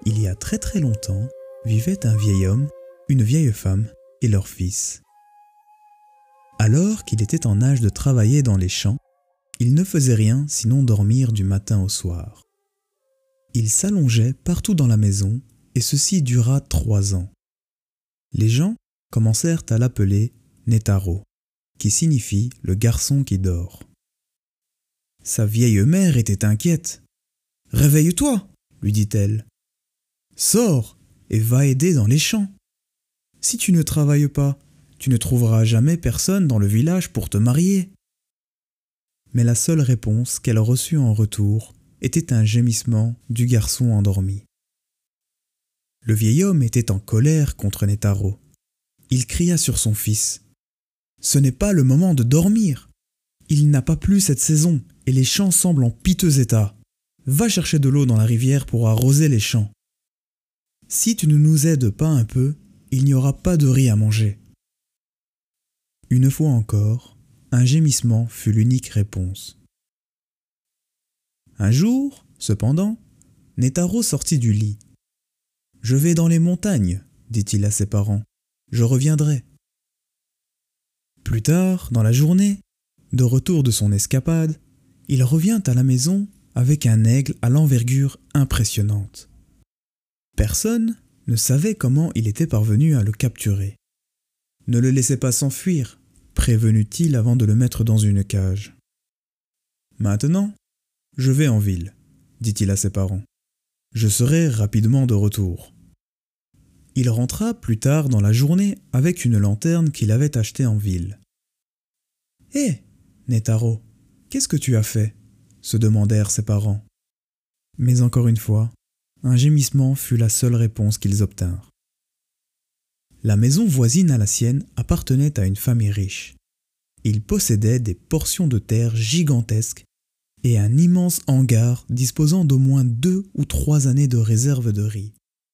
Il y a très très longtemps, vivait un vieil homme, une vieille femme et leur fils. Alors qu'il était en âge de travailler dans les champs, il ne faisait rien sinon dormir du matin au soir. Il s'allongeait partout dans la maison et ceci dura 3 ans. Les gens commencèrent à l'appeler Nétaro, qui signifie le garçon qui dort. Sa vieille mère était inquiète. « Réveille-toi » lui dit-elle. « Sors et va aider dans les champs. Si tu ne travailles pas, tu ne trouveras jamais personne dans le village pour te marier. » Mais la seule réponse qu'elle reçut en retour était un gémissement du garçon endormi. Le vieil homme était en colère contre Nétaro. Il cria sur son fils. « Ce n'est pas le moment de dormir. Il n'a pas plu cette saison et les champs semblent en piteux état. Va chercher de l'eau dans la rivière pour arroser les champs. Si tu ne nous aides pas un peu, il n'y aura pas de riz à manger. » Une fois encore, un gémissement fut l'unique réponse. Un jour, cependant, Nétaro sortit du lit. « Je vais dans les montagnes, » dit-il à ses parents. « Je reviendrai. » Plus tard, dans la journée, de retour de son escapade, il revient à la maison avec un aigle à l'envergure impressionnante. Personne ne savait comment il était parvenu à le capturer. « Ne le laissez pas s'enfuir », prévenu-t-il avant de le mettre dans une cage. « Maintenant, je vais en ville, » dit-il à ses parents. « Je serai rapidement de retour. » Il rentra plus tard dans la journée avec une lanterne qu'il avait achetée en ville. « Hé, Nétaro, qu'est-ce que tu as fait ?» se demandèrent ses parents. Mais encore une fois, un gémissement fut la seule réponse qu'ils obtinrent. La maison voisine à la sienne appartenait à une famille riche. Il possédait des portions de terre gigantesques et un immense hangar disposant d'au moins 2 ou 3 années de réserve de riz.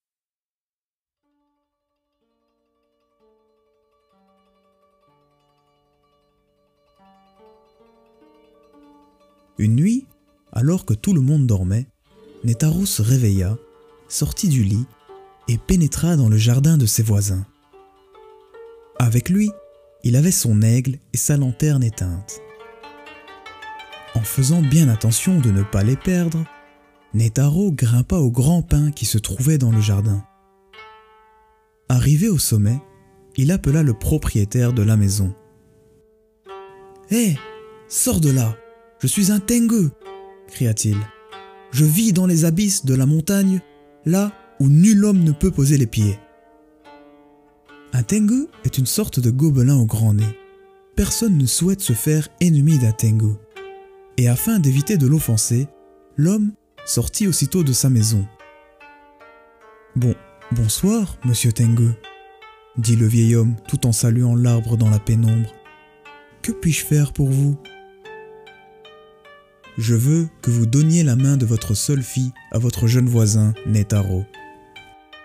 Une nuit, alors que tout le monde dormait, Nétaro se réveilla, sortit du lit et pénétra dans le jardin de ses voisins. Avec lui, il avait son aigle et sa lanterne éteinte. En faisant bien attention de ne pas les perdre, Nétaro grimpa au grand pin qui se trouvait dans le jardin. Arrivé au sommet, il appela le propriétaire de la maison. « Hé, sors de là! Je suis un Tengu !» cria-t-il. « Je vis dans les abysses de la montagne, là où nul homme ne peut poser les pieds. » Un Tengu est une sorte de gobelin au grand nez. Personne ne souhaite se faire ennemi d'un Tengu. Et afin d'éviter de l'offenser, l'homme sortit aussitôt de sa maison. « Bonsoir, monsieur Tengu, » dit le vieil homme tout en saluant l'arbre dans la pénombre. « Que puis-je faire pour vous ?»« Je veux que vous donniez la main de votre seule fille à votre jeune voisin, Nétaro. »« Comment ?»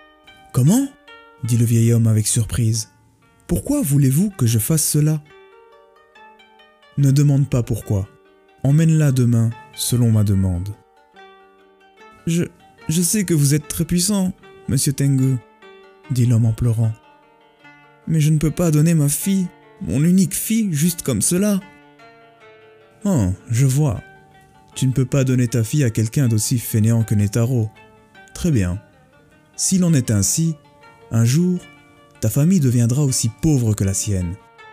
dit le vieil homme avec surprise. « Pourquoi voulez-vous que je fasse cela ?»« Ne demande pas pourquoi. Emmène-la demain, selon ma demande. »« Je sais que vous êtes très puissant, monsieur Tengu, » dit l'homme en pleurant. « Mais je ne peux pas donner ma fille, mon unique fille, juste comme cela. »« Oh, je vois. Tu ne peux pas donner ta fille à quelqu'un d'aussi fainéant que Nétaro. Très bien. S'il en est ainsi, un jour, ta famille deviendra aussi pauvre que la sienne. »«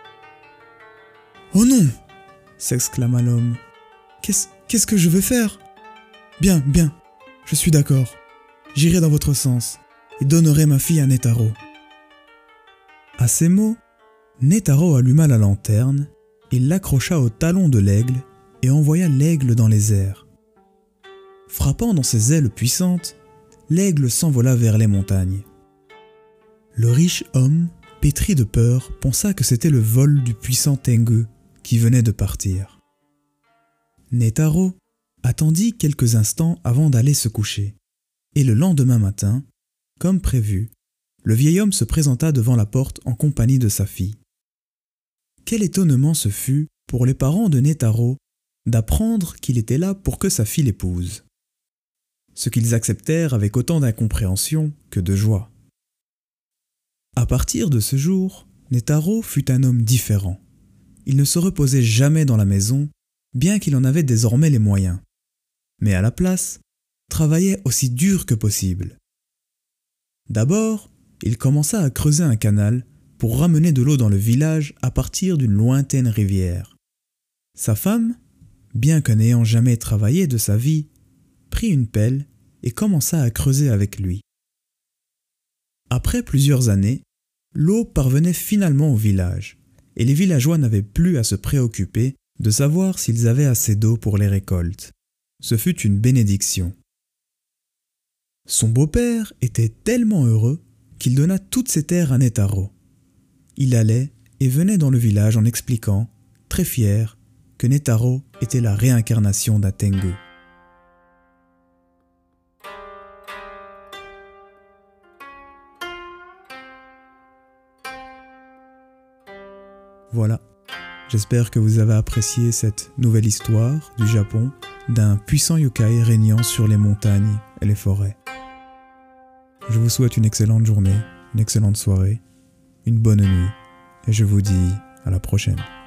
Oh non !» s'exclama l'homme. « Qu'est-ce que je vais faire ? Bien, je suis d'accord. J'irai dans votre sens et donnerai ma fille à Nétaro. » À ces mots, Nétaro alluma la lanterne, il l'accrocha au talon de l'aigle et envoya l'aigle dans les airs. Frappant dans ses ailes puissantes, l'aigle s'envola vers les montagnes. Le riche homme, pétri de peur, pensa que c'était le vol du puissant Tengu qui venait de partir. Nétaro attendit quelques instants avant d'aller se coucher, et le lendemain matin, comme prévu, le vieil homme se présenta devant la porte en compagnie de sa fille. Quel étonnement ce fut pour les parents de Nétaro d'apprendre qu'il était là pour que sa fille l'épouse. ce qu'ils acceptèrent avec autant d'incompréhension que de joie. À partir de ce jour, Netaro fut un homme différent. Il ne se reposait jamais dans la maison, bien qu'il en avait désormais les moyens. Mais à la place, travaillait aussi dur que possible. D'abord, il commença à creuser un canal pour ramener de l'eau dans le village à partir d'une lointaine rivière. Sa femme, bien que n'ayant jamais travaillé de sa vie, prit une pelle et commença à creuser avec lui. Après plusieurs années, l'eau parvenait finalement au village, et les villageois n'avaient plus à se préoccuper de savoir s'ils avaient assez d'eau pour les récoltes. Ce fut une bénédiction. Son beau-père était tellement heureux qu'il donna toutes ses terres à Netaro. Il allait et venait dans le village en expliquant, très fier, que Netaro était la réincarnation d'un Tengu. Voilà, j'espère que vous avez apprécié cette nouvelle histoire du Japon d'un puissant yokai régnant sur les montagnes et les forêts. Je vous souhaite une excellente journée, une excellente soirée, une bonne nuit, et je vous dis à la prochaine.